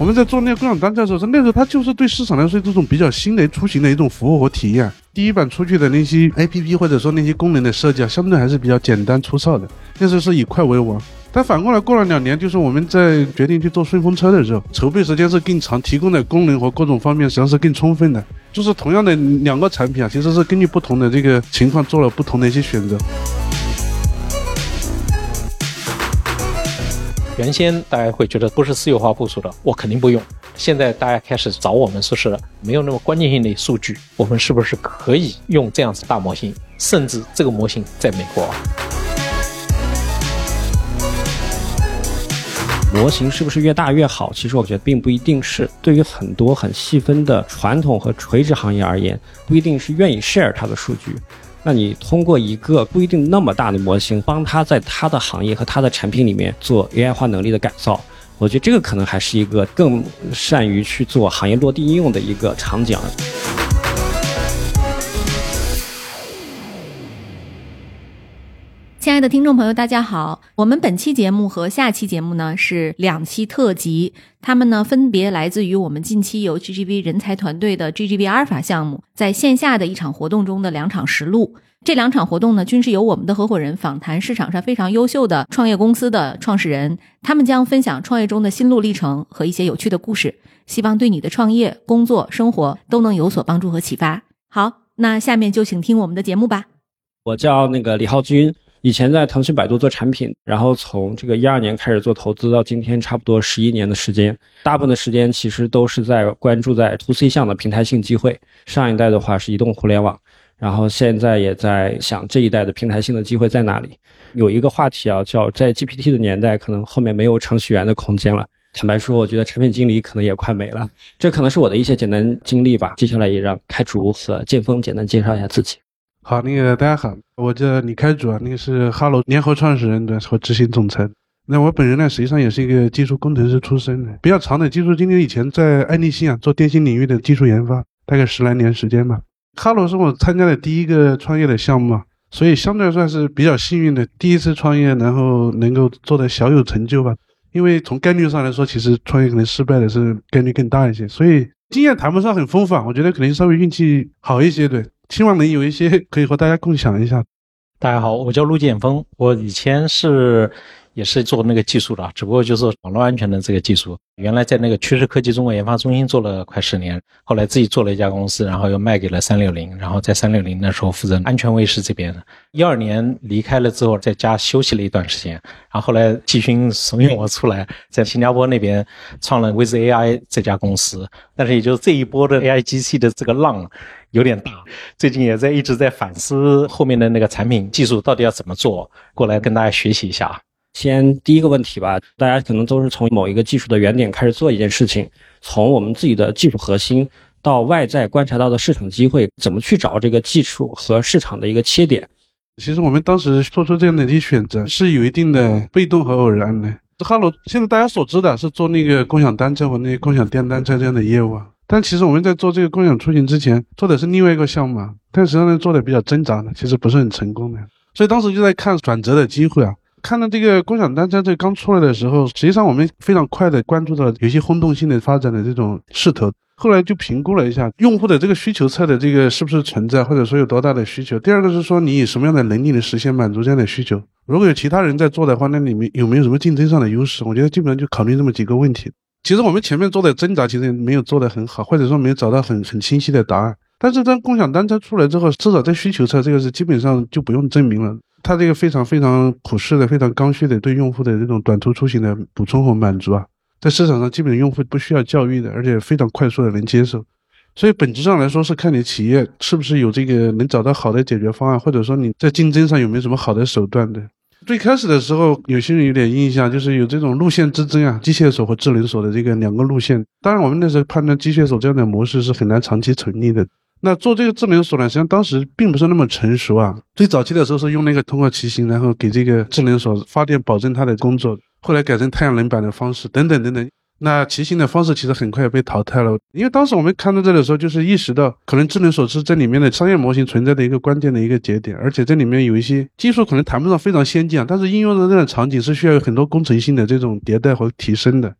我们在做那个共享单车的时候，那时候它就是对市场来说这种比较新的出行的一种服务和体验。第一版出去的那些 APP 或者说那些功能的设计啊，相对还是比较简单粗糙的，那时候是以快为王。但反过来过了2年，就是我们在决定去做顺风车的时候，筹备时间是更长，提供的功能和各种方面实际上是更充分的。就是同样的2个产品啊，其实是根据不同的这个情况做了不同的一些选择。 原先大家会觉得不是私有化部署的，我肯定不用。现在大家开始找我们说是没有那么关键性的数据，我们是不是可以用这样子大模型，甚至这个模型在美国。 模型是不是越大越好？其实我觉得并不一定是。对于很多很细分的传统和垂直行业而言，不一定是愿意 share 它的数据。那你通过一个不一定那么大的模型，帮他在他的行业和他的产品里面做 AI 化能力的改造，我觉得这个可能还是一个更善于去做行业落地应用的一个场景。 亲爱的听众朋友大家好，我们本期节目和下期节目呢是2期特辑，它们呢分别来自于我们近期由 GGB 人才团队的 GGB 阿尔法项目在线下的一场活动中的2场实录。这2场活动呢均是由我们的合伙人访谈市场上非常优秀的创业公司的创始人，他们将分享创业中的心路历程和一些有趣的故事，希望对你的创业、工作、生活都能有所帮助和启发。好，那下面就请听我们的节目吧。 我叫李浩军，以前在腾讯百度做产品，然后从这个12年开始做投资，到今天差不多11年的时间，大部分的时间其实都是在关注在 2C 项的平台性机会。上一代的话是移动互联网，然后现在也在想这一代的平台性的机会在哪里。有一个话题啊，叫在 GPT 的年代，可能后面没有程序员的空间了。坦白说，我觉得产品经理可能也快没了。这可能是我的一些简单经历吧。接下来也让开竹和剑锋简单介绍一下自己。 好，大家好，我叫李开竹啊，是哈罗联合创始人和执行总裁。那我本人呢，实际上也是一个技术工程师出身的，比较长的技术经历，以前在爱立信啊做电信领域的技术研发，大概10来年时间吧。哈罗是我参加的第一个创业的项目，所以相对来说是比较幸运的，第一次创业，然后能够做得小有成就吧。因为从概率上来说，其实创业可能失败的是概率更大一些，所以经验谈不上很丰富，我觉得可能稍微运气好一些，对。希望能有一些可以和大家共享一下。 大家好，我叫陆建锋，我以前也是做那个技术的，只不过就是网络安全的这个技术。原来在那个趋势科技中国研发中心做了快10年，后来自己做了一家公司，然后又卖给了360，然后在360那时候负责安全卫士这边的。12年离开了之后，在家休息了一段时间，然后后来季勋怂恿我出来，在新加坡那边创了 With AI 这家公司。但是也就是这一波的 AIGC 的这个浪有点大，最近也一直在反思后面的那个产品技术到底要怎么做，过来跟大家学习一下。 先第一个问题吧，大家可能都是从某一个技术的原点开始做一件事情，从我们自己的技术核心到外在观察到的市场机会，怎么去找这个技术和市场的一个切点。 其实我们当时做出这样的一些选择是有一定的被动和偶然的。哈罗现在大家所知的是做那个共享单车和那个共享电单车这样的业务，但其实我们在做这个共享出行之前做的是另外一个项目，但实际上做的比较挣扎的，其实不是很成功的。所以当时就在看转折的机会看到这个共享单车这刚出来的时候，实际上我们非常快的关注到有些轰动性的发展的这种势头，后来就评估了一下用户的这个需求侧的这个是不是存在，或者说有多大的需求。第二个是说你以什么样的能力能实现满足这样的需求，如果有其他人在做的话，那你们有没有什么竞争上的优势。我觉得基本上就考虑这么几个问题。其实我们前面做的挣扎其实没有做得很好，或者说没有找到很清晰的答案。但是当共享单车出来之后，至少在需求侧这个是基本上就不用证明了，它这个非常非常普适的非常刚需的对用户的这种短途出行的补充和满足在市场上基本用户不需要教育的，而且非常快速的能接受。所以本质上来说是看你企业是不是有这个能找到好的解决方案，或者说你在竞争上有没有什么好的手段的。最开始的时候有些人有点印象，就是有这种路线之争机械锁和智能锁的这个2个路线。当然我们那时候判断机械锁这样的模式是很难长期成立的。那做这个智能锁呢，实际上当时并不是那么成熟最早期的时候是用那个通过骑行，然后给这个智能锁发电保证它的工作，后来改成太阳能板的方式等等等等。那骑行的方式其实很快被淘汰了，因为当时我们看到这的时候就是意识到可能智能锁是这里面的商业模型存在的一个关键的一个节点，而且这里面有一些技术可能谈不上非常先进但是应用的这种场景是需要有很多工程性的这种迭代和提升的。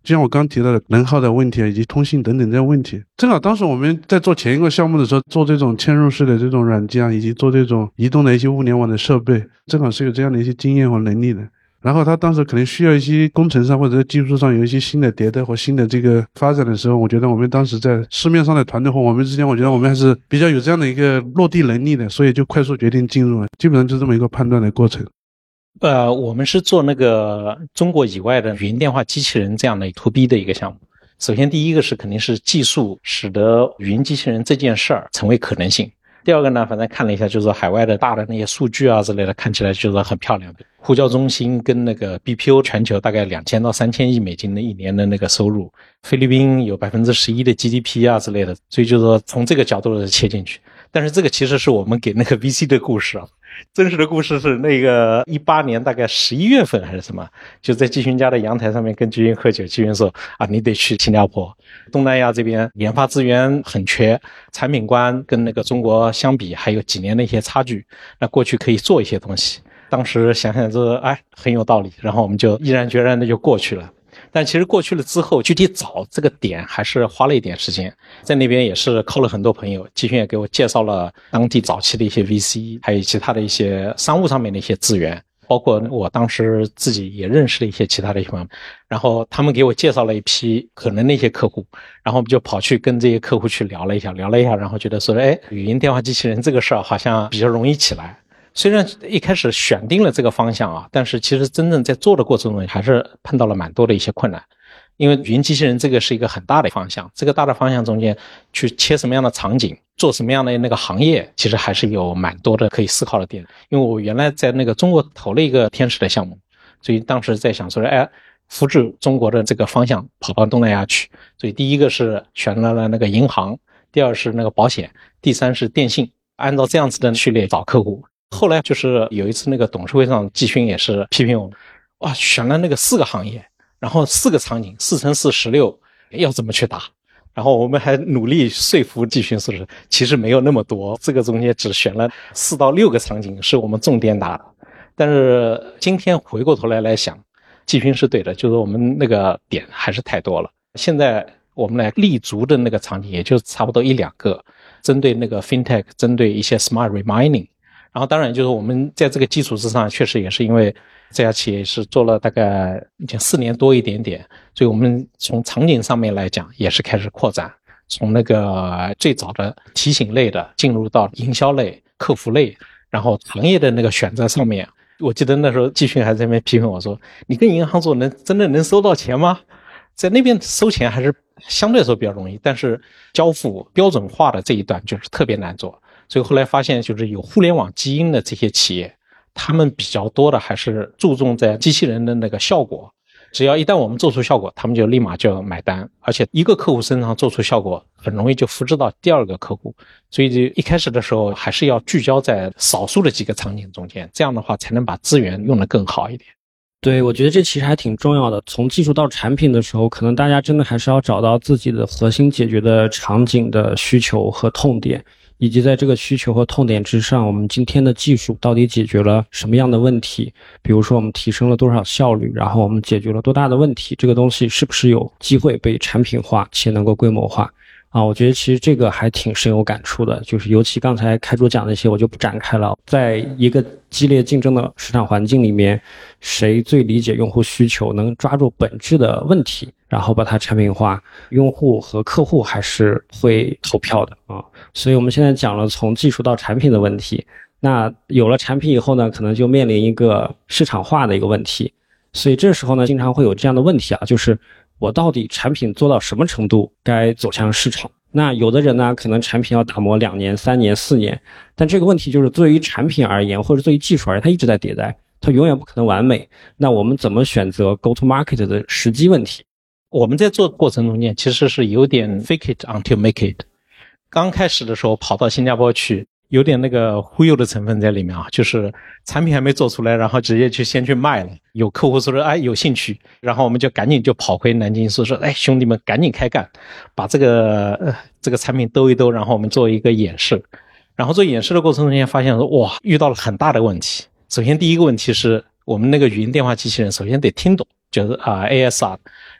就像我刚提到的能耗的问题以及通信等等这些问题。正好当时我们在做前一个项目的时候，做这种嵌入式的这种软件以及做这种移动的一些物联网的设备，正好是有这样的一些经验和能力的。然后他当时可能需要一些工程上或者技术上有一些新的迭代或新的这个发展的时候，我觉得我们当时在市面上的团队和我们之间，我觉得我们还是比较有这样的一个落地能力的，所以就快速决定进入了，基本上就这么一个判断的过程。 我们是做那个中国以外的语音电话机器人这样的 to B 的一个项目。首先第一个是肯定是技术使得语音机器人这件事儿成为可能性。第二个呢，反正看了一下，就是说海外的大的那些数据啊之类的，看起来就是很漂亮。呼叫中心跟那个 BPO 全球大概2000到3000亿美金的一年的那个收入，菲律宾有11%的 GDP 啊之类的，所以就是说从这个角度切进去。但是这个其实是我们给那个 VC 的故事啊，真实的故事是那个18年大概11月份还是什么，就在季勋家的阳台上面跟季勋喝酒，季勋说啊，你得去新加坡，东南亚这边研发资源很缺，产品观跟那个中国相比还有几年的一些差距，那过去可以做一些东西。当时想想这很有道理，然后我们就毅然决然的就过去了。但其实过去了之后，具体找这个点还是花了一点时间，在那边也是靠了很多朋友，季勋也给我介绍了当地早期的一些 VC， 还有其他的一些商务上面的一些资源，包括我当时自己也认识了一些其他的朋友，然后他们给我介绍了一批可能的一些客户，然后我们就跑去跟这些客户去聊了一下，然后觉得说，语音电话机器人这个事儿好像比较容易起来。虽然一开始选定了这个方向啊，但是其实真正在做的过程中还是碰到了蛮多的一些困难。因为语音机器人这个是一个很大的方向，这个大的方向中间去切什么样的场景，做什么样的那个行业，其实还是有蛮多的可以思考的点。因为我原来在那个中国投了一个天使的项目，所以当时在想说，复制中国的这个方向跑到东南亚去，所以第一个是选了那个银行，第二是那个保险，第三是电信，按照这样子的序列找客户。后来就是有一次那个董事会上，季勋也是批评我们，选了那个4个行业，然后4个场景，4×4=16，要怎么去打？然后我们还努力说服季勋说是其实没有那么多，这个中间只选了4到6个场景是我们重点打的。但是今天回过头来想，季勋是对的，就是我们那个点还是太多了。现在我们来立足的那个场景也就差不多1-2个，针对那个 fintech， 针对一些 smart reminding。然后当然就是我们在这个基础之上，确实也是因为这家企业是做了大概已经4年多一点点，所以我们从场景上面来讲也是开始扩展，从那个最早的提醒类的进入到营销类、客服类，然后行业的那个选择上面。我记得那时候季勋还在那边批评我说，你跟银行做真的能收到钱吗？在那边收钱还是相对来说比较容易，但是交付标准化的这一段就是特别难做。所以后来发现，就是有互联网基因的这些企业，他们比较多的还是注重在机器人的那个效果。只要一旦我们做出效果，他们就立马就买单，而且一个客户身上做出效果，很容易就复制到第2个客户。所以一开始的时候，还是要聚焦在少数的几个场景中间，这样的话才能把资源用得更好一点。 对，我觉得这其实还挺重要的。从技术到产品的时候，可能大家真的还是要找到自己的核心解决的场景的需求和痛点，以及在这个需求和痛点之上，我们今天的技术到底解决了什么样的问题？比如说我们提升了多少效率，然后我们解决了多大的问题，这个东西是不是有机会被产品化且能够规模化？我觉得其实这个还挺深有感触的，就是尤其刚才开桌讲那些我就不展开了。在一个激烈竞争的市场环境里面，谁最理解用户需求，能抓住本质的问题，然后把它产品化，用户和客户还是会投票的啊。所以我们现在讲了从技术到产品的问题，那有了产品以后呢，可能就面临一个市场化的一个问题。所以这时候呢，经常会有这样的问题啊，就是我到底产品做到什么程度该走向市场？那有的人呢，可能产品要打磨2年、3年、4年，但这个问题就是对于产品而言，或者对于技术而言，它一直在迭代，它永远不可能完美。那我们怎么选择 go to market 的时机问题？ 我们在做过程中间其实是有点 fake it until make it。刚开始的时候跑到新加坡去，有点那个忽悠的成分在里面啊，就是产品还没做出来，然后直接先去卖了。有客户说有兴趣，然后我们就赶紧就跑回南京说兄弟们赶紧开干，把这个产品兜一兜，然后我们做一个演示。然后做演示的过程中间发现遇到了很大的问题。首先第一个问题是我们那个语音电话机器人首先得听懂，就是ASR，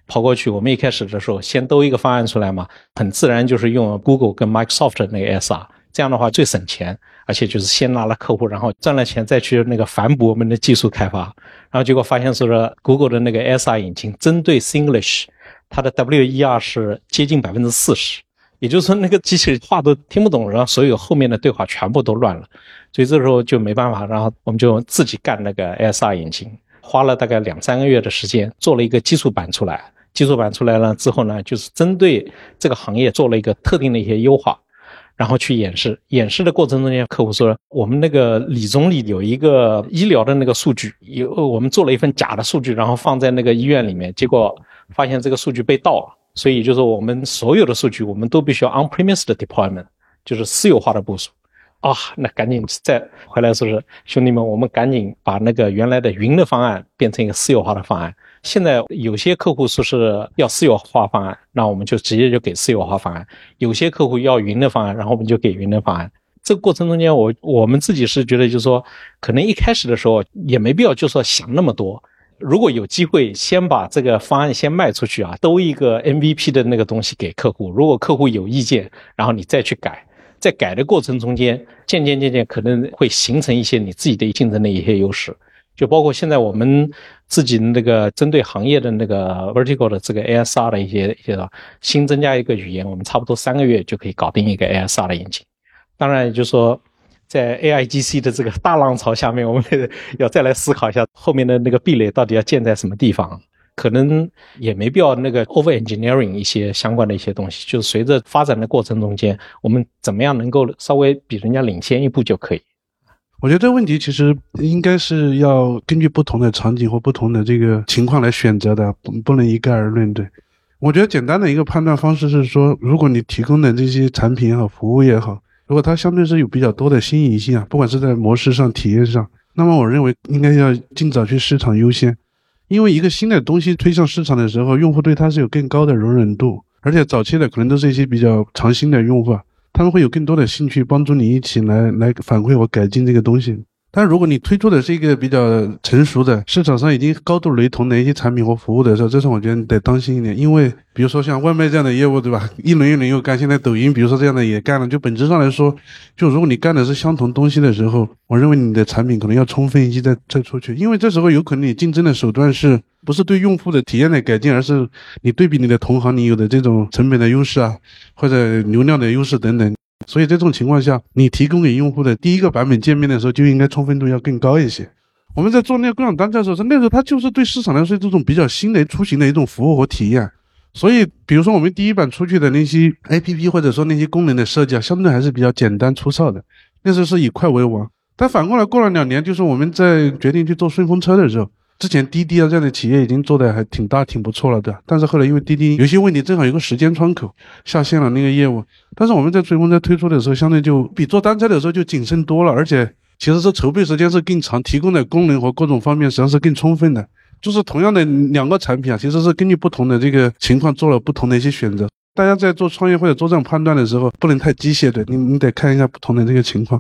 跑过去，我们一开始的时候先兜一个方案出来嘛，很自然就是用 Google 跟 Microsoft 的那个 SR， 这样的话最省钱，而且就是先拿了客户，然后赚了钱再去那个反哺我们的技术开发，然后结果发现说 Google 的那个 SR 引擎针对 Singlish， 它的 WER 是接近 40%， 也就是说那个机器话都听不懂，然后所有后面的对话全部都乱了，所以这时候就没办法，然后我们就自己干那个 SR 引擎，花了大概2-3个月的时间做了一个基础版出来。基础版出来了之后呢，就是针对这个行业做了一个特定的一些优化，然后去演示。演示的过程中间，客户说我们那个李总理有一个医疗的那个数据，我们做了一份假的数据，然后放在那个医院里面，结果发现这个数据被盗了，所以就是我们所有的数据我们都必须要 on-premise 的 deployment， 就是私有化的部署。那赶紧再回来说是兄弟们，我们赶紧把那个原来的云的方案变成一个私有化的方案。现在有些客户说是要私有化方案，那我们就直接就给私有化方案，有些客户要云的方案，然后我们就给云的方案。这个过程中间我们自己是觉得就是说可能一开始的时候也没必要就说想那么多，如果有机会先把这个方案先卖出去啊，兜一个 MVP 的那个东西给客户，如果客户有意见，然后你再去改，在改的过程中间渐渐可能会形成一些你自己的竞争的一些优势，就包括现在我们自己的那个针对行业的那个 vertical 的这个 ASR 的一些新增加一个语言，我们差不多3个月就可以搞定一个 ASR 的引擎。当然也就是说在 AIGC 的这个大浪潮下面，我们要再来思考一下后面的那个壁垒到底要建在什么地方，可能也没必要那个 over engineering 一些相关的一些东西，就是随着发展的过程中间，我们怎么样能够稍微比人家领先一步就可以。 我觉得这个问题其实应该是要根据不同的场景或不同的这个情况来选择的，不能一概而论。对，我觉得简单的一个判断方式是说，如果你提供的这些产品也好，服务也好，如果它相对是有比较多的新颖性啊，不管是在模式上、体验上，那么我认为应该要尽早去市场优先。因为一个新的东西推向市场的时候，用户对它是有更高的容忍度，而且早期的可能都是一些比较长新的用户，他们会有更多的兴趣帮助你一起来反馈和改进这个东西。但如果你推出的是一个比较成熟的市场上已经高度雷同的一些产品或服务的时候，这是我觉得你得当心一点。因为比如说像外卖这样的业务，对吧，一轮又干，现在抖音比如说这样的也干了，就本质上来说，就如果你干的是相同东西的时候，我认为你的产品可能要充分一些再出去。因为这时候有可能你竞争的手段是不是对用户的体验的改进，而是你对比你的同行，你有的这种成本的优势啊，或者流量的优势等等。所以这种情况下，你提供给用户的第一个版本界面的时候，就应该充分度要更高一些。我们在做那个共享单车的时候，那时候它就是对市场来说这种比较新的出行的一种服务和体验。所以比如说我们第一版出去的那些 APP 或者说那些功能的设计啊，相对还是比较简单粗糙的，那时候是以快为王。但反过来过了2年，就是我们在决定去做顺风车的时候，之前滴滴啊这样的企业已经做得还挺大挺不错了的，但是后来因为滴滴有些问题，正好有个时间窗口下线了那个业务。但是我们在顺风车推出的时候，相对就比做单车的时候就谨慎多了，而且其实是筹备时间是更长，提供的功能和各种方面实际上是更充分的。就是同样的2个产品啊，其实是根据不同的这个情况做了不同的一些选择。大家在做创业或者做这种判断的时候，不能太机械的，你得看一下不同的这个情况。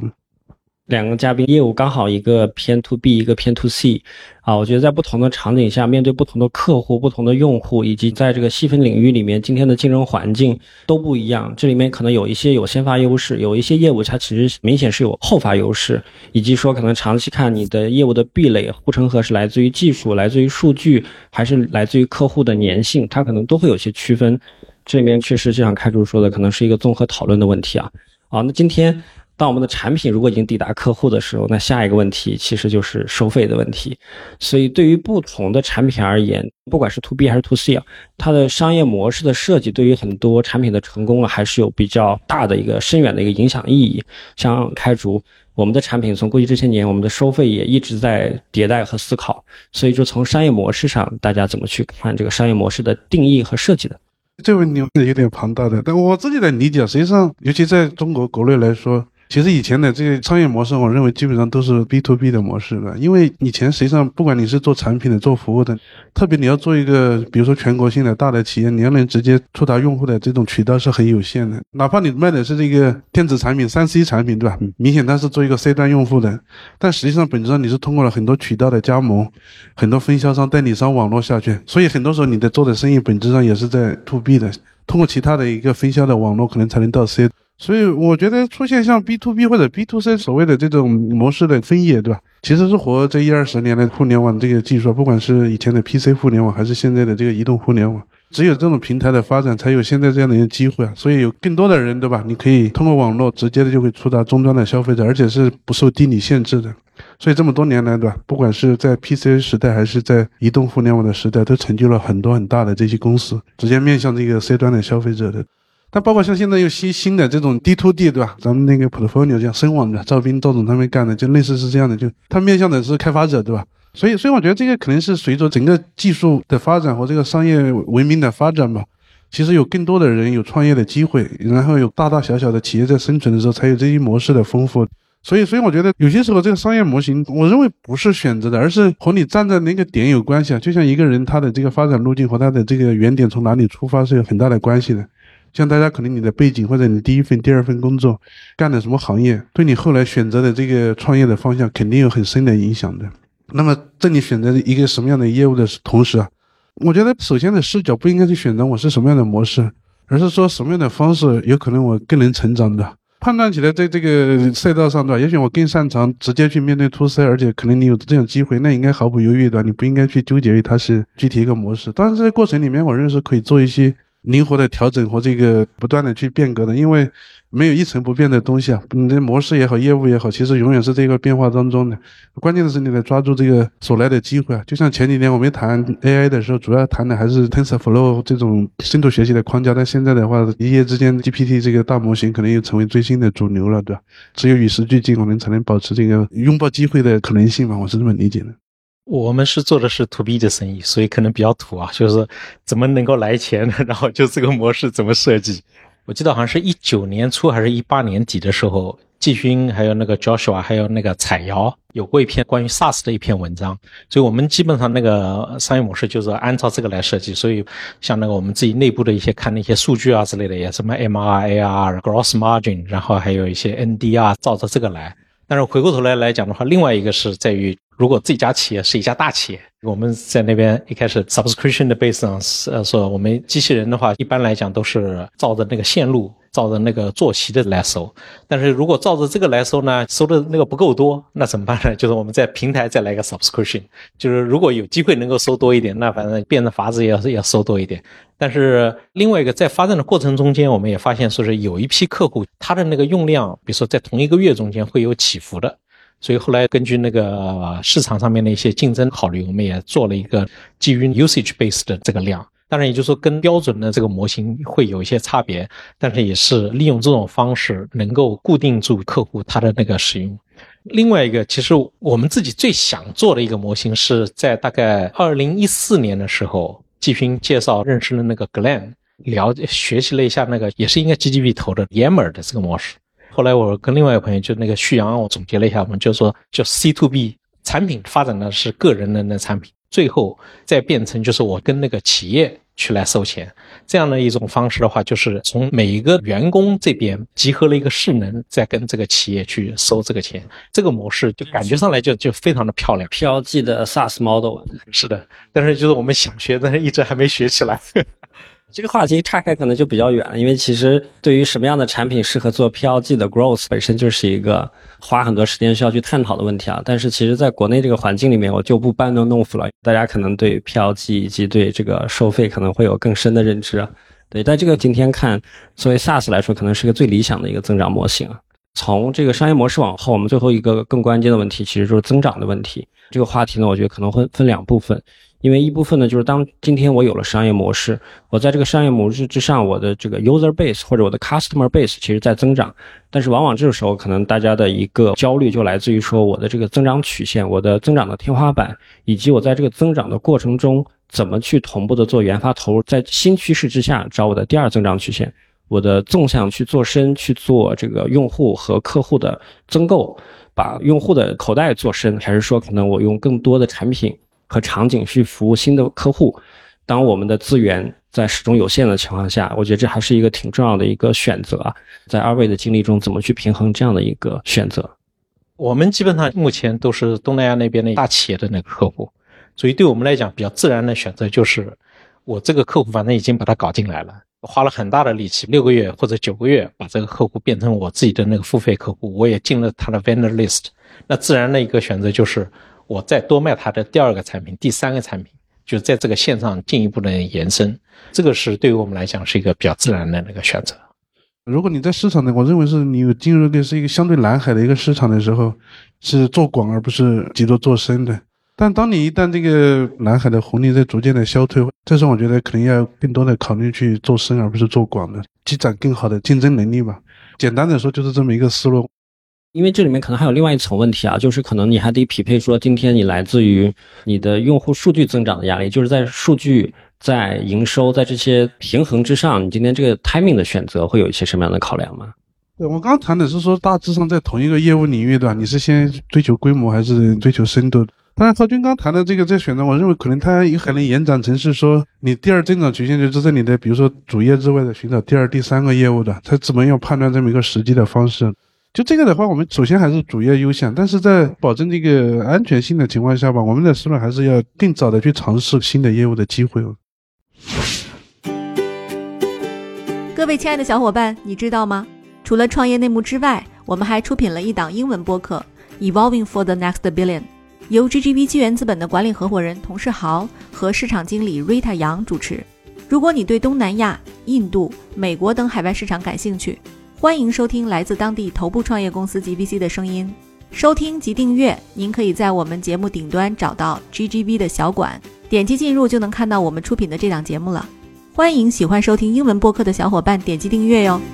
2个嘉宾业务刚好一个偏 to B 一个偏 to C 我觉得在不同的场景下，面对不同的客户、不同的用户，以及在这个细分领域里面，今天的竞争环境都不一样。这里面可能有一些有先发优势，有一些业务它其实明显是有后发优势，以及说可能长期看你的业务的壁垒护城河是来自于技术、来自于数据，还是来自于客户的粘性，它可能都会有些区分。这里面确实就像开主说的，可能是一个综合讨论的问题那今天当我们的产品如果已经抵达客户的时候，那下一个问题其实就是收费的问题。所以对于不同的产品而言，不管是 to B 还是 to C 它的商业模式的设计对于很多产品的成功还是有比较大的一个深远的一个影响意义。像开竹，我们的产品从过去这些年，我们的收费也一直在迭代和思考。所以就从商业模式上，大家怎么去看这个商业模式的定义和设计的？ 这个问题有点庞大的，但我自己的理解，实际上尤其在中国国内来说， 其实以前的这个商业模式，我认为基本上都是 B2B 的模式的，因为以前实际上不管你是做产品的、做服务的，特别你要做一个比如说全国性的大的企业，你要能直接触达用户的这种渠道是很有限的。哪怕你卖的是这个电子产品、3C 产品，对吧？明显它是做一个 C 端用户的，但实际上本质上你是通过了很多渠道的加盟，很多分销商、代理商网络下去，所以很多时候你的做的生意本质上也是在 To B 的，通过其他的一个分销的网络可能才能到 C。所以我觉得出现像 B2B 或者 B2C 所谓的这种模式的分野，对吧？其实是活这1-20年的互联网这个技术，不管是以前的 PC 互联网还是现在的这个移动互联网，只有这种平台的发展才有现在这样的一个机会啊。所以有更多的人，对吧？你可以通过网络直接的就会触达终端的消费者，而且是不受地理限制的。所以这么多年来，对吧？不管是在 PC 时代还是在移动互联网的时代，都成就了很多很大的这些公司，直接面向这个 C 端的消费者的。但包括像现在有新的这种 D2D， 对吧？咱们那个 portfolio 这样深网的赵斌、赵总他们干的，就类似是这样的，就他面向的是开发者，对吧？所以我觉得这个可能是随着整个技术的发展和这个商业文明的发展吧，其实有更多的人有创业的机会，然后有大大小小的企业在生存的时候，才有这些模式的丰富。所以我觉得有些时候这个商业模型，我认为不是选择的，而是和你站在那个点有关系啊。就像一个人他的这个发展路径和他的这个原点从哪里出发是有很大的关系的。像大家可能你的背景或者你第一份、第二份工作干的什么行业，对你后来选择的这个创业的方向肯定有很深的影响的。那么在你选择一个什么样的业务的同时啊，我觉得首先的视角不应该去选择我是什么样的模式，而是说什么样的方式有可能我更能成长的。判断起来在这个赛道上，对吧？也许我更擅长直接去面对 To C， 而且可能你有这样机会，那应该毫不犹豫的，你不应该去纠结于它是具体一个模式。当然这个过程里面，我认为是可以做一些灵活的调整和这个不断的去变革的，因为没有一成不变的东西啊，你的模式也好，业务也好，其实永远是这个变化当中的。关键的是你得抓住这个所来的机会啊。就像前几年我们谈 AI 的时候，主要谈的还是 TensorFlow 这种深度学习的框架，但现在的话，一夜之间 GPT 这个大模型可能又成为最新的主流了，对吧？只有与时俱进，我们才能保持这个拥抱机会的可能性嘛，我是这么理解的。 我们是做的是 to B 的生意，所以可能比较土啊，就是怎么能够来钱，然后就这个模式怎么设计。我记得好像是19年初还是18年底的时候，季勋还有那个 Joshua 还有那个彩瑶有过一篇关于 SaaS 的一篇文章，所以我们基本上那个商业模式就是按照这个来设计。所以像那个我们自己内部的一些看那些数据啊之类的，也什么 MR、AR、Gross Margin， 然后还有一些 NDR， 照着这个来。但是回过头来讲的话，另外一个是在于，如果这家企业是一家大企业，我们在那边一开始 subscription 的 base 上说，我们机器人的话一般来讲都是照着那个线路，照着那个坐席的来收。但是如果照着这个来收呢，收的那个不够多，那怎么办呢？就是我们在平台再来个 subscription， 就是如果有机会能够收多一点，那反正变着法子也要收多一点。但是另外一个在发展的过程中间，我们也发现说是有一批客户他的那个用量，比如说在同一个月中间会有起伏的，所以后来根据那个市场上面的一些竞争考虑，我们也做了一个基于 usage base 的这个量。当然也就是说跟标准的这个模型会有一些差别，但是也是利用这种方式能够固定住客户他的那个使用。另外一个其实我们自己最想做的一个模型是在大概2014年的时候，季勋介绍认识了那个 Glenn， 学习了一下那个也是应该 GGB 投的 Yammer 的这个模式。后来我跟另外一个朋友就那个旭阳，我总结了一下，我们就说就 C2B 产品发展的是个人的那产品，最后再变成就是我跟那个企业去来收钱，这样的一种方式的话，就是从每一个员工这边集合了一个势能，再跟这个企业去收这个钱，这个模式就感觉上来就非常的漂亮， 飘记的 SaaS model。 是的，但是就是我们想学，但是一直还没学起来。 这个话题岔开可能就比较远了，因为其实对于什么样的产品适合做 PLG 的 growth 本身就是一个花很多时间需要去探讨的问题啊。但是其实在国内这个环境里面，我就不班门弄斧了，大家可能对 PLG 以及对这个收费可能会有更深的认知啊。对，但这个今天看作为 SaaS 来说，可能是个最理想的一个增长模型啊。从这个商业模式往后，我们最后一个更关键的问题其实就是增长的问题。这个话题呢，我觉得可能会分两部分。因为一部分呢，就是当今天我有了商业模式，我在这个商业模式之上，我的这个 user base 或者我的 customer base 其实在增长，但是往往这个时候可能大家的一个焦虑就来自于说我的这个增长曲线，我的增长的天花板，以及我在这个增长的过程中怎么去同步的做研发投入，在新趋势之下找我的第二增长曲线。 我的纵向去做深，去做这个用户和客户的增购，把用户的口袋做深，还是说可能我用更多的产品和场景去服务新的客户？当我们的资源在始终有限的情况下，我觉得这还是一个挺重要的一个选择啊。在二位的经历中，怎么去平衡这样的一个选择？ 我们基本上目前都是东南亚那边的大企业的那个客户，所以对我们来讲比较自然的选择就是我这个客户反正已经把它搞进来了，花了很大的力气，6个月或者9个月把这个客户变成我自己的那个付费客户，我也进了他的 vendor list， 那自然的一个选择就是我再多卖他的第2个产品第3个产品，就在这个线上进一步的延伸，这个是对于我们来讲是一个比较自然的那个选择。 如果你在市场呢，我认为是你有进入的是一个相对蓝海的一个市场的时候，是做广而不是急着做深的。但当你一旦这个蓝海的红利在逐渐的消退，这时候我觉得可能要更多的考虑去做深而不是做广的，积攒更好的竞争能力吧。简单的说就是这么一个思路。 因为这里面可能还有另外一层问题啊，就是可能你还得匹配说今天你来自于你的用户数据增长的压力，就是在数据在营收在这些平衡之上，你今天这个 timing 的选择会有一些什么样的考量吗？ 对，我刚刚谈的是说大致上在同一个业务领域的，你是先追求规模还是追求深度。当然浩军刚谈的这个选择，我认为可能它也可能延展成是说你第二增长曲线就是在你的比如说主业之外的寻找第2、第3个业务的，它怎么样判断这么一个实际的方式。就这个的话，我们首先还是主业优先，但是在保证这个安全性的情况下吧，我们的思路还是要更早的去尝试新的业务的机会。 各位亲爱的小伙伴，你知道吗？除了创业内幕之外，我们还出品了一档英文播客 Evolving for the Next Billion， 由 GGV 纪元资本的管理合伙人童世豪和市场经理 Rita 杨主持。如果你对东南亚、印度、美国等海外市场感兴趣，欢迎收听来自当地头部创业公司 GVC 的声音。收听及订阅，您可以在我们节目顶端找到 GGV 的小馆，点击进入就能看到我们出品的这档节目了。欢迎喜欢收听英文播客的小伙伴点击订阅哟。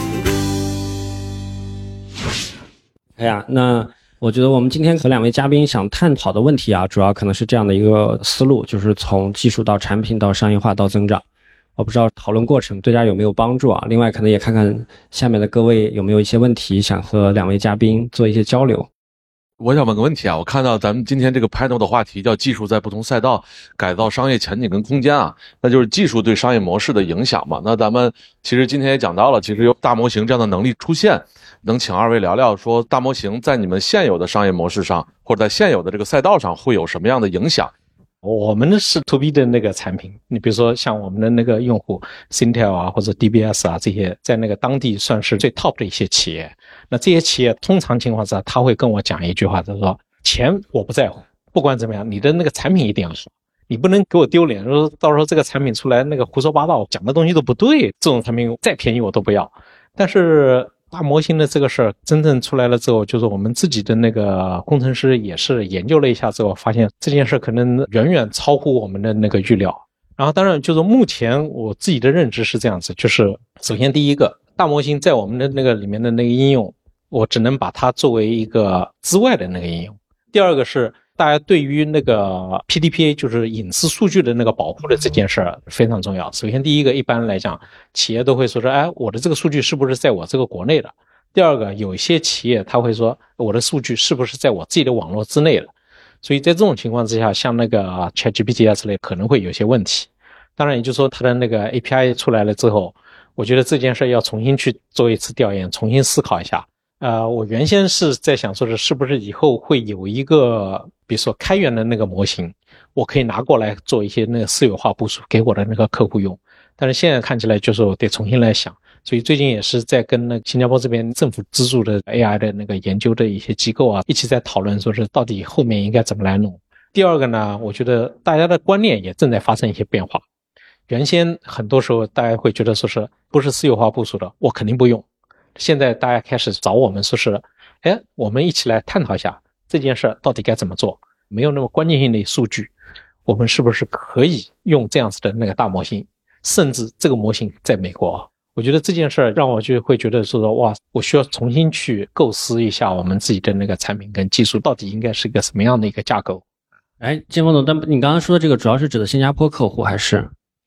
哎呀，那我觉得我们今天和2位嘉宾想探讨的问题啊，主要可能是这样的一个思路，就是从技术到产品到商业化到增长。我不知道讨论过程对大家有没有帮助啊？另外可能也看看下面的各位有没有一些问题想和2位嘉宾做一些交流。 我想问个问题啊，我看到咱们今天这个 panel 的话题叫技术在不同赛道改造商业前景跟空间啊，那就是技术对商业模式的影响嘛。那咱们其实今天也讲到了，其实有大模型这样的能力出现，能请2位聊聊说大模型在你们现有的商业模式上，或者在现有的这个赛道上会有什么样的影响？ 我们是 to B 的那个产品，你比如说像我们的那个用户 Syntel 啊或者 DBS 啊，这些在那个当地算是最 top 的一些企业。那这些企业通常情况下他会跟我讲一句话，就是说钱我不在乎，不管怎么样你的那个产品一定要好，你不能给我丢脸，说到时候这个产品出来那个胡说八道讲的东西都不对，这种产品再便宜我都不要。但是大模型的这个事儿真正出来了之后，就是我们自己的那个工程师也是研究了一下之后，发现这件事可能远远超乎我们的那个预料。然后当然就是目前我自己的认知是这样子，就是首先第一个，大模型在我们的那个里面的那个应用，我只能把它作为一个之外的那个应用。第二个是大家对于那个 PDPA 就是隐私数据的那个保护的这件事非常重要。首先第一个，一般来讲企业都会说哎，我的这个数据是不是在我这个国内的。第二个，有一些企业他会说我的数据是不是在我自己的网络之内的。所以在这种情况之下，像那个 ChatGPT 啊之类可能会有些问题。当然也就是说它的那个 API 出来了之后，我觉得这件事要重新去做一次调研，重新思考一下。我原先是在想说是不是以后会有一个比如说开源的那个模型，我可以拿过来做一些那个私有化部署给我的那个客户用。但是现在看起来就是我得重新来想，所以最近也是在跟那新加坡这边政府资助的 AI 的那个研究的一些机构啊，一起在讨论说是到底后面应该怎么来弄。第二个呢，我觉得大家的观念也正在发生一些变化。原先很多时候大家会觉得说是不是私有化部署的我肯定不用，现在大家开始找我们说是我们一起来探讨一下这件事到底该怎么做，没有那么关键性的数据，我们是不是可以用这样子的那个大模型，甚至这个模型在美国。我觉得这件事让我就会觉得说哇，我需要重新去构思一下我们自己的那个产品跟技术到底应该是一个什么样的一个架构。 建峰总，但你刚刚说的这个主要是指的新加坡客户还是？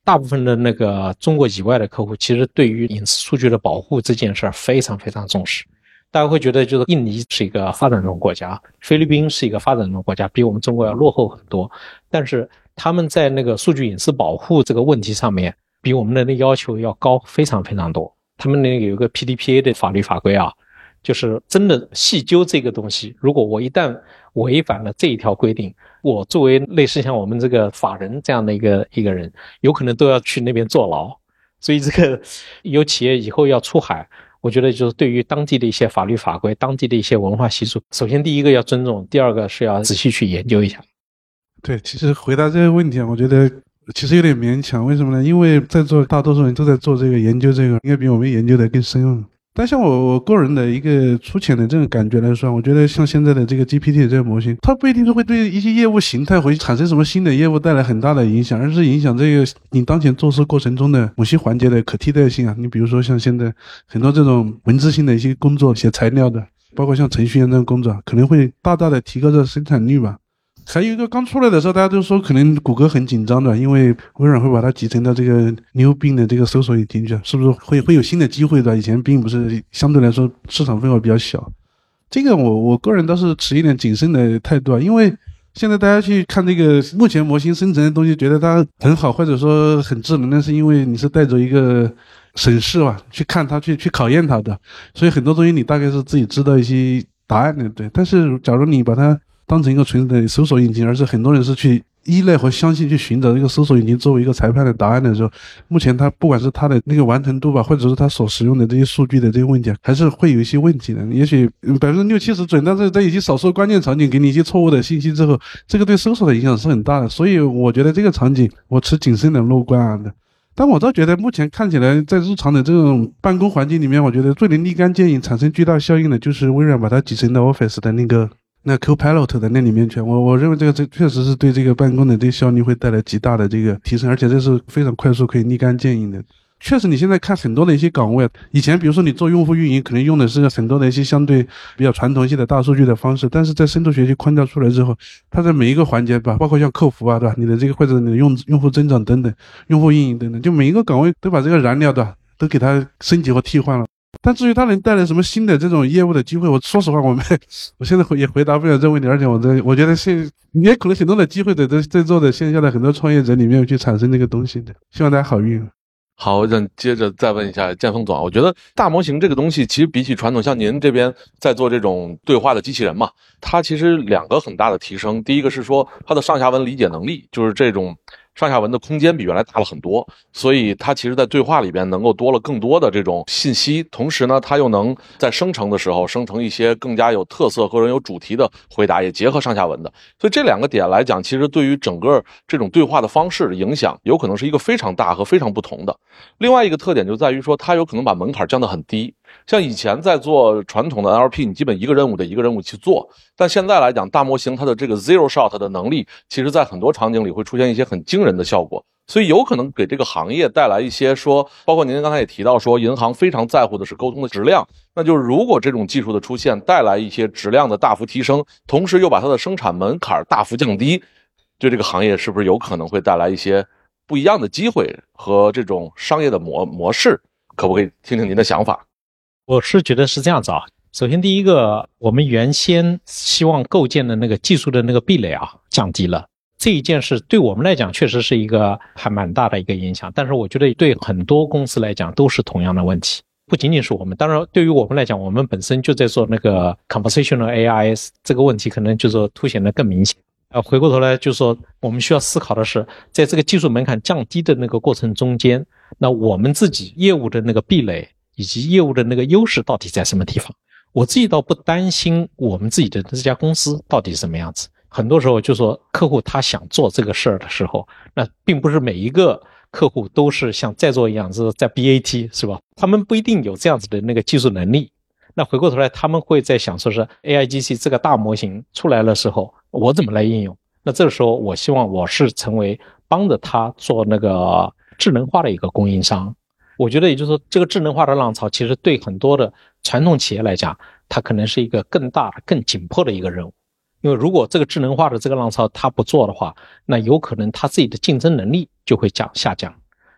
大部分的那个中国以外的客户，其实对于隐私数据的保护这件事非常非常重视。大家会觉得就是印尼是一个发展中国家，菲律宾是一个发展中国家，比我们中国要落后很多，但是他们在那个数据隐私保护这个问题上面比我们的那要求要高非常非常多。他们那个有一个 PDPA 的法律法规啊，就是真的细究这个东西，如果我一旦违反了这一条规定，我作为类似像我们这个法人这样的一个人，有可能都要去那边坐牢。所以这个有企业以后要出海，我觉得就是对于当地的一些法律法规，当地的一些文化习俗，首先第一个要尊重，第二个是要仔细去研究一下。 对，其实回答这个问题啊，我觉得其实有点勉强。为什么呢？因为在座大多数人都在做这个研究，这个应该比我们研究的更深入。但像我个人的一个粗浅的这种感觉来说，我觉得像现在的这个 GPT 的这个模型，它不一定是会对一些业务形态会产生什么新的业务带来很大的影响，而是影响这个你当前做事过程中的某些环节的可替代性啊。你比如说像现在很多这种文字性的一些工作，写材料的，包括像程序员这种工作，可能会大大的提高这生产率吧。还有一个刚出来的时候，大家都说可能谷歌很紧张的，因为微软会把它集成到这个牛Bing的这个搜索引擎去，是不是会有新的机会的？以前Bing不是相对来说市场份额比较小，这个我个人倒是持一点谨慎的态度啊，因为现在大家去看这个目前模型生成的东西，觉得它很好或者说很智能，那是因为你是带着一个审视吧，去看它去考验它的，所以很多东西你大概是自己知道一些答案的，对。但是假如你把它当成一个纯的搜索引擎，而是很多人是去依赖和相信去寻找这个搜索引擎作为一个裁判的答案的时候，目前它不管是它的那个完成度吧，或者是它所使用的这些数据的这个问题，还是会有一些问题的。也许60-70%准，但是在一些少数关键场景给你一些错误的信息之后，这个对搜索的影响是很大的。所以我觉得这个场景我持谨慎的乐观啊的。但我倒觉得目前看起来在日常的这种办公环境里面，我觉得最能立竿见影产生巨大效应的就是微软把它集成到 Office 的那 Copilot 的那里面去，我认为这确实是对这个办公的这个效率会带来极大的这个提升，而且这是非常快速可以立竿见影的。确实你现在看很多的一些岗位，以前比如说你做用户运营可能用的是很多的一些相对比较传统性的大数据的方式，但是在深度学习框架出来之后，它在每一个环节吧，包括像客服啊，对吧，你的这个或者你的用户增长等等，用户运营等等，就每一个岗位都把这个燃料的都给它升级和替换了。但至于它能带来什么新的这种业务的机会，我说实话我现在也回答不了这个问题，而且我觉得也可能很多的机会在座的线下的很多创业者里面去产生这个东西的，希望大家好运。 好，那接着再问一下建峰总，我觉得大模型这个东西其实比起传统，像您这边在做这种对话的机器人嘛，它其实两个很大的提升。第一个是说它的上下文理解能力，就是这种上下文的空间比原来大了很多，所以它其实在对话里边能够多了更多的这种信息，同时呢它又能在生成的时候生成一些更加有特色或者有主题的回答，也结合上下文的。所以这两个点来讲，其实对于整个这种对话的方式的影响有可能是一个非常大和非常不同的。另外一个特点就在于说它有可能把门槛降得很低，像以前在做传统的 NLP 你基本一个任务得一个任务去做，但现在来讲大模型它的这个 zero shot 的能力，其实在很多场景里会出现一些很惊人的效果，所以有可能给这个行业带来一些说，包括您刚才也提到说银行非常在乎的是沟通的质量，那就是如果这种技术的出现带来一些质量的大幅提升，同时又把它的生产门槛大幅降低，对这个行业是不是有可能会带来一些不一样的机会和这种商业的模式，可不可以听听您的想法？ 我是觉得是这样子啊。首先第一个，我们原先希望构建的那个技术的那个壁垒啊降低了，这一件事对我们来讲确实是一个还蛮大的一个影响，但是我觉得对很多公司来讲都是同样的问题，不仅仅是我们，当然对于我们来讲，我们本身就在做那个 conversational AI， 这个问题可能就是凸显得更明显。回过头来就是说，我们需要思考的是，在这个技术门槛降低的那个过程中间，那我们自己业务的那个壁垒以及业务的那个优势到底在什么地方？我自己倒不担心我们自己的这家公司到底是什么样子。很多时候就说客户他想做这个事儿的时候，那并不是每一个客户都是像在座一样是在 BAT 是吧？他们不一定有这样子的那个技术能力。那回过头来他们会在想说是 AIGC 这个大模型出来的时候，我怎么来应用？那这个时候我希望我是成为帮着他做那个智能化的一个供应商。我觉得也就是说，这个智能化的浪潮其实对很多的传统企业来讲，它可能是一个更大的更紧迫的一个任务。因为如果这个智能化的这个浪潮它不做的话，那有可能它自己的竞争能力就会下降。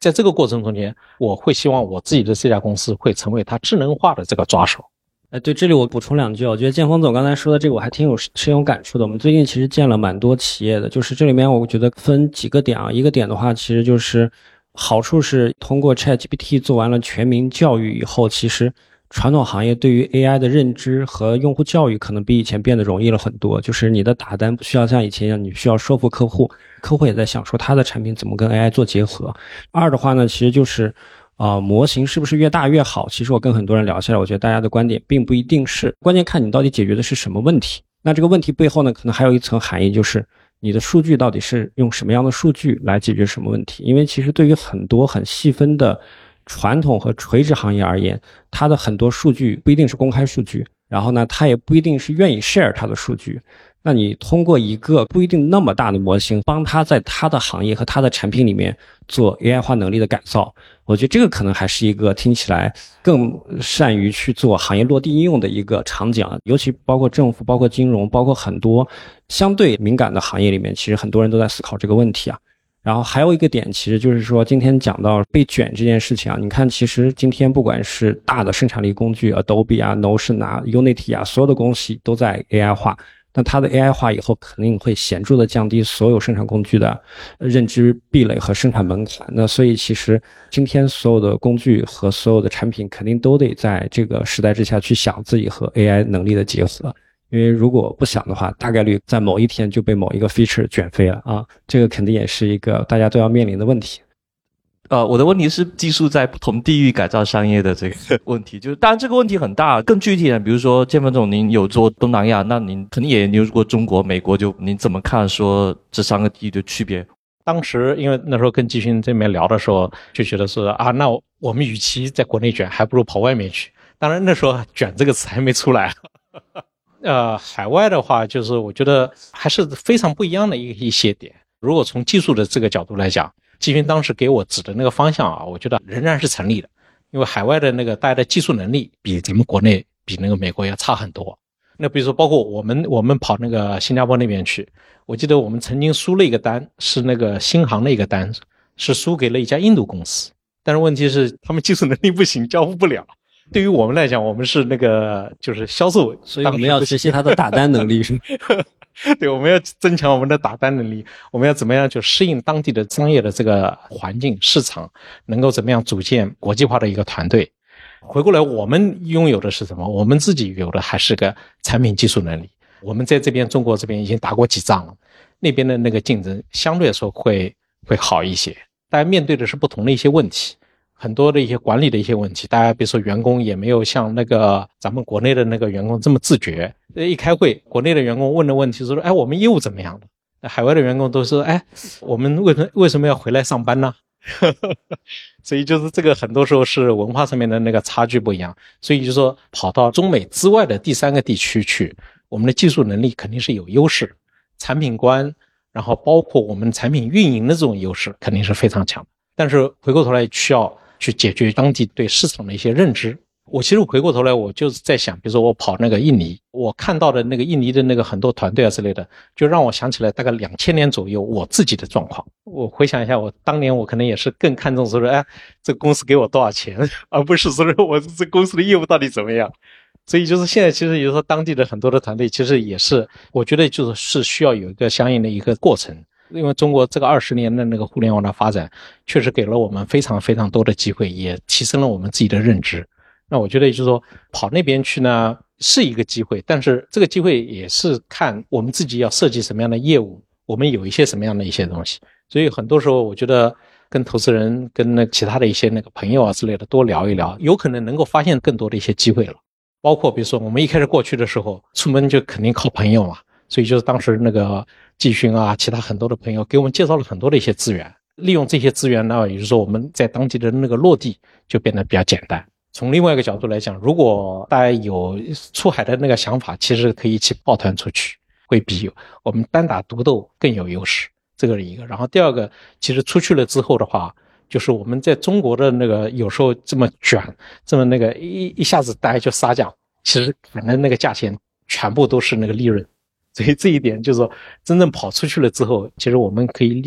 在这个过程中间，我会希望我自己的这家公司会成为它智能化的这个抓手。 对，这里我补充两句，我觉得建峰总刚才说的这个我还挺深有感触的。我们最近其实见了蛮多企业的，就是这里面我觉得分几个点啊。一个点的话，其实就是好处是通过 ChatGPT 做完了全民教育以后，其实传统行业对于 AI 的认知和用户教育可能比以前变得容易了很多。就是你的打单不需要像以前一样，你需要说服客户，客户也在想说他的产品怎么跟 AI 做结合。二的话呢，其实就是模型是不是越大越好？其实我跟很多人聊下来，我觉得大家的观点并不一定是，关键看你到底解决的是什么问题。那这个问题背后呢，可能还有一层含义，就是你的数据到底是用什么样的数据来解决什么问题。因为其实对于很多很细分的传统和垂直行业而言，它的很多数据不一定是公开数据，然后呢，它也不一定是愿意 share 它的数据。那你通过一个不一定那么大的模型，帮他在他的行业和他的产品里面做 AI 化能力的改造，我觉得这个可能还是一个听起来更善于去做行业落地应用的一个场景啊。尤其包括政府、包括金融、包括很多相对敏感的行业里面，其实很多人都在思考这个问题啊。然后还有一个点，其实就是说今天讲到被卷这件事情啊，你看其实今天不管是大的生产力工具 Adobe 啊、Notion 啊、Unity 啊，所有的东西都在 AI 化。那它的 AI 化以后肯定会显著的降低所有生产工具的认知壁垒和生产门槛。那所以其实今天所有的工具和所有的产品肯定都得在这个时代之下去想自己和 AI 能力的结合。因为如果不想的话，大概率在某一天就被某一个 feature 卷飞了啊！这个肯定也是一个大家都要面临的问题。 我的问题是技术在不同地域改造商业的这个问题，就是当然这个问题很大，更具体的，比如说建峰总您有做东南亚，那您肯定也有过中国、美国，就您怎么看说这3个地域的区别？ 当时因为那时候跟季勋这边聊的时候，就觉得说啊，那我们与其在国内卷，还不如跑外面去。当然那时候卷这个词还没出来。海外的话，就是我觉得还是非常不一样的一些点。如果从技术的这个角度来讲，季勋当时给我指的那个方向啊，我觉得仍然是成立的。因为海外的那个大家的技术能力比咱们国内比那个美国要差很多。那比如说包括我们跑那个新加坡那边去，我记得我们曾经输了一个单，是那个新航的一个单，是输给了一家印度公司。但是问题是他们技术能力不行，交付不了。对于我们来讲，我们是那个就是销售， 所以我们要学习他的打单能力是吗？ 对，我们要增强我们的打单能力，我们要怎么样就适应当地的商业的这个环境市场，能够怎么样组建国际化的一个团队。回过来我们拥有的是什么？我们自己有的还是个产品技术能力。我们在这边中国这边已经打过几仗了，那边的那个竞争相对来说会好一些。大家面对的是不同的一些问题，很多的一些管理的一些问题，大家比如说员工也没有像那个咱们国内的那个员工这么自觉。一开会，国内的员工问的问题是说，哎，我们业务怎么样的？海外的员工都说，哎，我们为什么要回来上班呢？所以就是这个很多时候是文化上面的那个差距不一样。所以就是说跑到中美之外的第3个地区去，我们的技术能力肯定是有优势，产品观，然后包括我们产品运营的这种优势肯定是非常强的。但是回过头来需要去解决当地对市场的一些认知。我其实回过头来我就是在想，比如说我跑那个印尼，我看到的那个印尼的那个很多团队啊之类的，就让我想起来大概2000年左右我自己的状况。我回想一下，我当年我可能也是更看重说，哎，这个公司给我多少钱，而不是说我这公司的业务到底怎么样。所以就是现在其实有时候当地的很多的团队其实也是，我觉得就是需要有一个相应的一个过程。因为中国这个20年的那个互联网的发展确实给了我们非常非常多的机会，也提升了我们自己的认知。那我觉得就是说跑那边去呢是一个机会，但是这个机会也是看我们自己要设计什么样的业务，我们有一些什么样的一些东西。所以很多时候我觉得跟投资人跟那其他的一些那个朋友啊之类的多聊一聊，有可能能够发现更多的一些机会了。包括比如说我们一开始过去的时候出门就肯定靠朋友嘛，所以就是当时那个季勋啊其他很多的朋友给我们介绍了很多的一些资源，利用这些资源呢，也就是说我们在当地的那个落地就变得比较简单。从另外一个角度来讲，如果大家有出海的那个想法，其实可以一起抱团出去，会比我们单打独斗更有优势，这个是一个。然后第二个，其实出去了之后的话，就是我们在中国的那个有时候这么卷，这么那个一下子大家就杀价，其实可能那个价钱全部都是那个利润。所以这一点就是说真正跑出去了之后，其实我们可以利用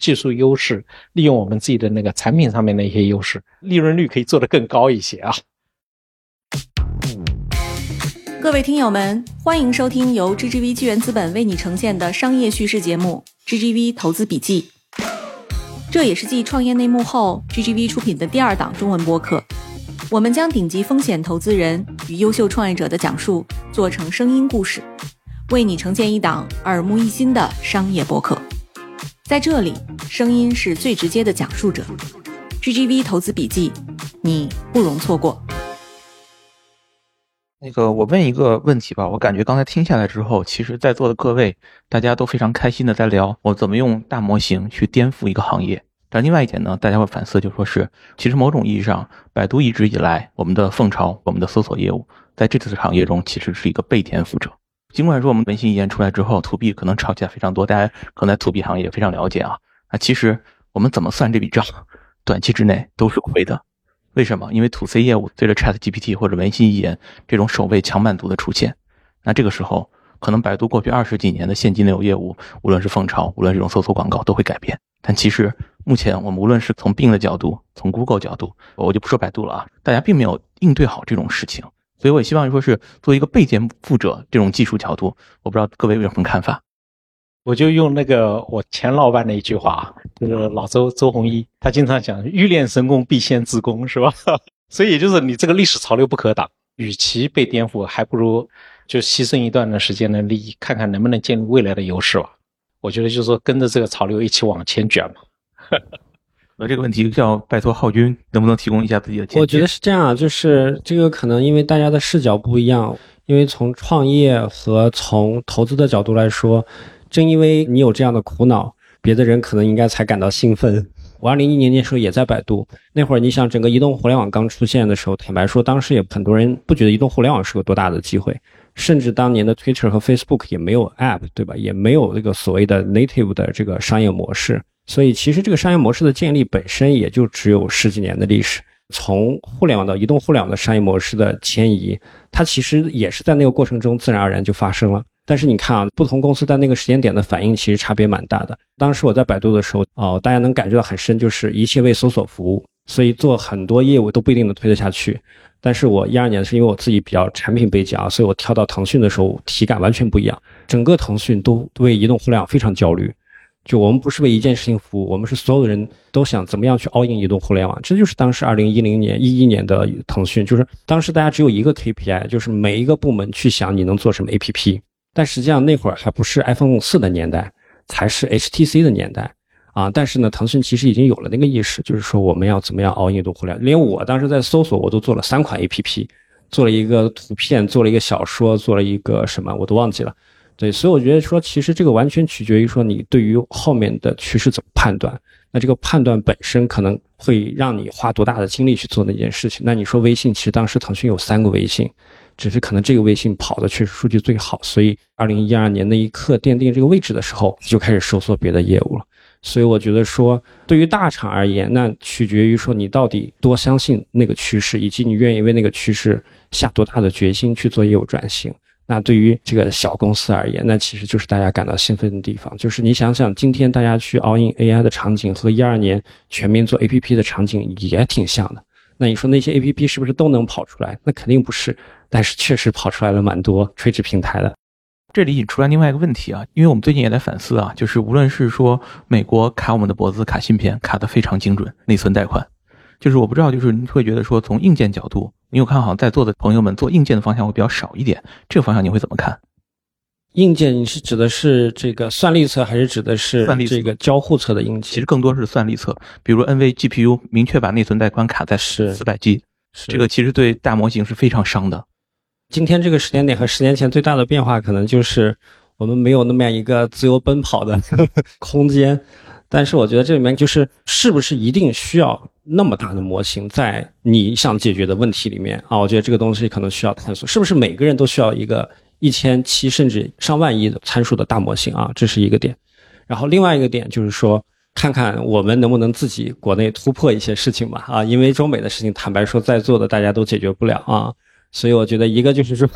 技术优势，利用我们自己的那个产品上面的一些优势，利润率可以做得更高一些啊。 各位听友们，欢迎收听由 GGV 纪元资本为你呈现的商业叙事节目 GGV 投资笔记。这也是继创业内幕后 GGV 出品的第2档中文播客。我们将顶级风险投资人与优秀创业者的讲述做成声音故事，为你呈现一档耳目一新的商业播客。在这里，声音是最直接的讲述者。GGV 投资笔记，你不容错过。 我问一个问题吧，我感觉刚才听下来之后，其实在座的各位大家都非常开心的在聊我怎么用大模型去颠覆一个行业。但另外一点呢，大家会反思，就说是其实某种意义上，百度一直以来我们的凤巢，我们的搜索业务在这次行业中其实是一个被颠覆者。尽管说我们文心一言出来之后 to B 可能吵架非常多，大家可能在 to B 行业也非常了解啊。那其实我们怎么算这笔账，短期之内都是亏的。为什么？因为 to C 业务随着 ChatGPT 或者文心一言这种首位强版图的出现，那这个时候可能百度过去20几年的现金流业务，无论是凤巢，无论是这种搜索广告都会改变。但其实目前我们无论是从 Bing 的角度，从 Google 角度，我就不说百度了啊，大家并没有应对好这种事情。所以我也希望说是作为一个被颠覆者这种技术角度，我不知道各位有什么看法。 我就用那个我前老板的一句话，就是老周鸿祎，他经常讲欲练神功必先自宫，是吧？所以也就是你这个历史潮流不可挡，与其被颠覆，还不如就牺牲一段的时间的利益，看看能不能建立未来的优势吧。我觉得就是说跟着这个潮流一起往前卷嘛。 这个问题要拜托浩军能不能提供一下自己的见解。 我觉得是这样，就是这个可能因为大家的视角不一样，因为从创业和从投资的角度来说，正因为你有这样的苦恼，别的人可能应该才感到兴奋。我2011年的时候也在百度，那会儿你想整个移动互联网刚出现的时候，坦白说当时也很多人不觉得移动互联网是个多大的机会，甚至当年的 Twitter 和 Facebook 也没有 App， 对吧？也没有这个所谓的 native 的这个商业模式。所以其实这个商业模式的建立本身也就只有10几年的历史，从互联网到移动互联网的商业模式的迁移，它其实也是在那个过程中自然而然就发生了。但是你看啊，不同公司在那个时间点的反应其实差别蛮大的。当时我在百度的时候，大家能感觉到很深，就是一切为搜索服务，所以做很多业务都不一定能推得下去。但是我12年是因为我自己比较产品背景啊，所以我跳到腾讯的时候体感完全不一样。整个腾讯都为移动互联网非常焦虑，就我们不是为一件事情服务，我们是所有的人都想怎么样去 all in 移动互联网。这就是当时2010年11年的腾讯，就是当时大家只有一个 KPI， 就是每一个部门去想你能做什么 APP。但实际上那会儿还不是 iPhone 4的年代，才是 HTC 的年代啊。但是呢，腾讯其实已经有了那个意识，就是说我们要怎么样 all in 移动互联网。连我当时在搜索我都做了3款 APP， 做了一个图片，做了一个小说，做了一个什么我都忘记了。对，所以我觉得说其实这个完全取决于说你对于后面的趋势怎么判断。那这个判断本身可能会让你花多大的精力去做那件事情。那你说微信，其实当时腾讯有3个微信，只是可能这个微信跑的确实数据最好，所以2012年那一刻奠定这个位置的时候，就开始收缩别的业务了。所以我觉得说对于大厂而言，那取决于说你到底多相信那个趋势，以及你愿意为那个趋势下多大的决心去做业务转型。那对于这个小公司而言，那其实就是大家感到兴奋的地方。就是你想想今天大家去 all in AI 的场景和12年全面做 APP 的场景也挺像的。那你说那些 APP 是不是都能跑出来？那肯定不是，但是确实跑出来了蛮多垂直平台的。 这里引出来另外一个问题啊，因为我们最近也在反思啊，就是无论是说美国卡我们的脖子卡芯片卡得非常精准，内存带宽，就是我不知道，就是你会觉得说从硬件角度，你有看好在座的朋友们做硬件的方向会比较少一点，这个方向你会怎么看？ 硬件你是指的是这个算力侧，还是指的是这个交互侧的硬件？ 其实更多是算力侧，比如 NV GPU 明确把内存带宽卡在400G， 这个其实对大模型是非常伤的。 今天这个时间点和10年前最大的变化，可能就是我们没有那么样一个自由奔跑的空间。但是我觉得这里面就是是不是一定需要那么大的模型在你想解决的问题里面啊？我觉得这个东西可能需要探索，是不是每个人都需要一个1700甚至上万亿的参数的大模型啊？这是一个点。然后另外一个点就是说，看看我们能不能自己国内突破一些事情吧啊，因为中美的事情坦白说在座的大家都解决不了啊。所以我觉得一个就是说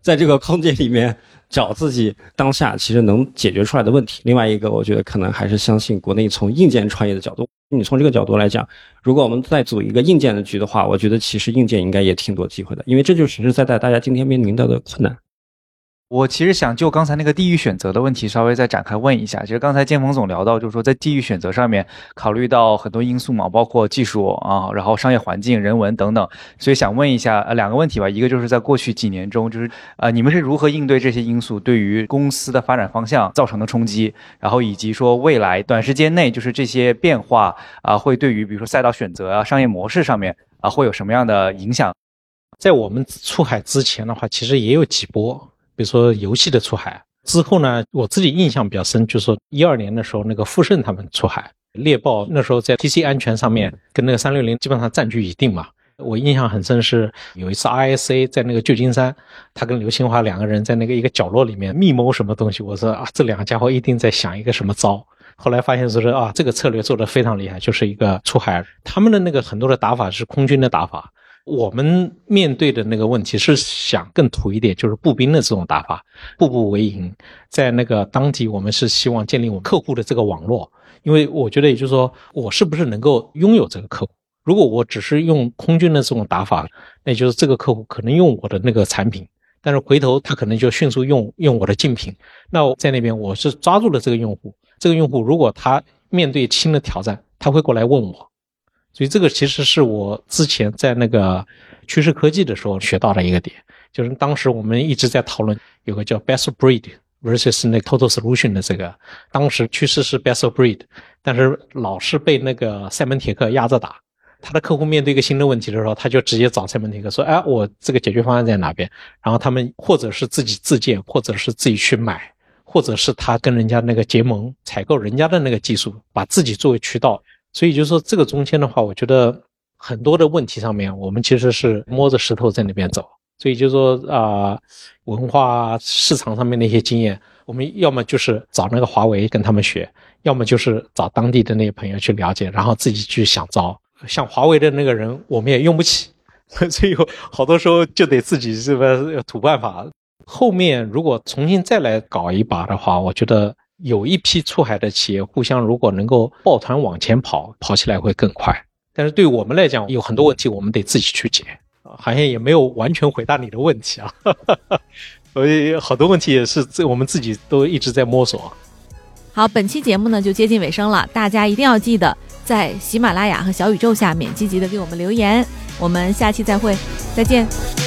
在这个空间里面找自己当下其实能解决出来的问题。另外一个，我觉得可能还是相信国内从硬件创业的角度，你从这个角度来讲，如果我们再组一个硬件的局的话，我觉得其实硬件应该也挺多机会的，因为这就是实实在在大家今天面临到的困难。 我其实想就刚才那个地域选择的问题稍微再展开问一下。其实刚才建峰总聊到，就是说在地域选择上面考虑到很多因素嘛，包括技术啊，然后商业环境、人文等等。所以想问一下两个问题吧，一个就是在过去几年中，就是你们是如何应对这些因素对于公司的发展方向造成的冲击，然后以及说未来短时间内就是这些变化会对于比如说赛道选择啊、商业模式上面会有什么样的影响？ 在我们出海之前的话，其实也有几波。比如说游戏的出海之后呢，我自己印象比较深，就是说12年的时候，那个富盛他们出海，猎豹那时候在 PC 安全上面跟那个360基本上占据已定嘛。我印象很深是有一次 RSA 在那个旧金山，他跟刘清华两个人在那个一个角落里面密谋什么东西，我说这两个家伙一定在想一个什么招。后来发现说这个策略做得非常厉害，就是一个出海，他们的那个很多的打法是空军的打法。我们面对的那个问题是想更土一点，就是步兵的这种打法，步步为营。在那个当地我们是希望建立我们客户的这个网络，因为我觉得也就是说我是不是能够拥有这个客户，如果我只是用空军的这种打法，那就是这个客户可能用我的那个产品，但是回头他可能就迅速用我的竞品。那我在那边我是抓住了这个用户，这个用户如果他面对新的挑战，他会过来问我。所以这个其实是我之前在那个趋势科技的时候学到的一个点，就是当时我们一直在讨论有个叫 best of breed versus 那个 total solution 的这个，当时趋势是 best of breed， 但是老是被那个赛门铁克压着打。他的客户面对一个新的问题的时候，他就直接找赛门铁克说我这个解决方案在哪边，然后他们或者是自己自建，或者是自己去买，或者是他跟人家那个结盟采购人家的那个技术，把自己作为渠道。所以就是说这个中间的话，我觉得很多的问题上面我们其实是摸着石头在那边走。所以就是说文化市场上面的一些经验，我们要么就是找那个华为跟他们学，要么就是找当地的那些朋友去了解，然后自己去想招。像华为的那个人我们也用不起，所以好多时候就得自己是不是土办法。后面如果重新再来搞一把的话，我觉得有一批出海的企业互相如果能够抱团往前跑起来会更快。但是对我们来讲有很多问题我们得自己去解，好像也没有完全回答你的问题啊。所以好多问题也是我们自己都一直在摸索。 好，本期节目呢就接近尾声了，大家一定要记得在喜马拉雅和小宇宙下面积极的给我们留言，我们下期再会，再见。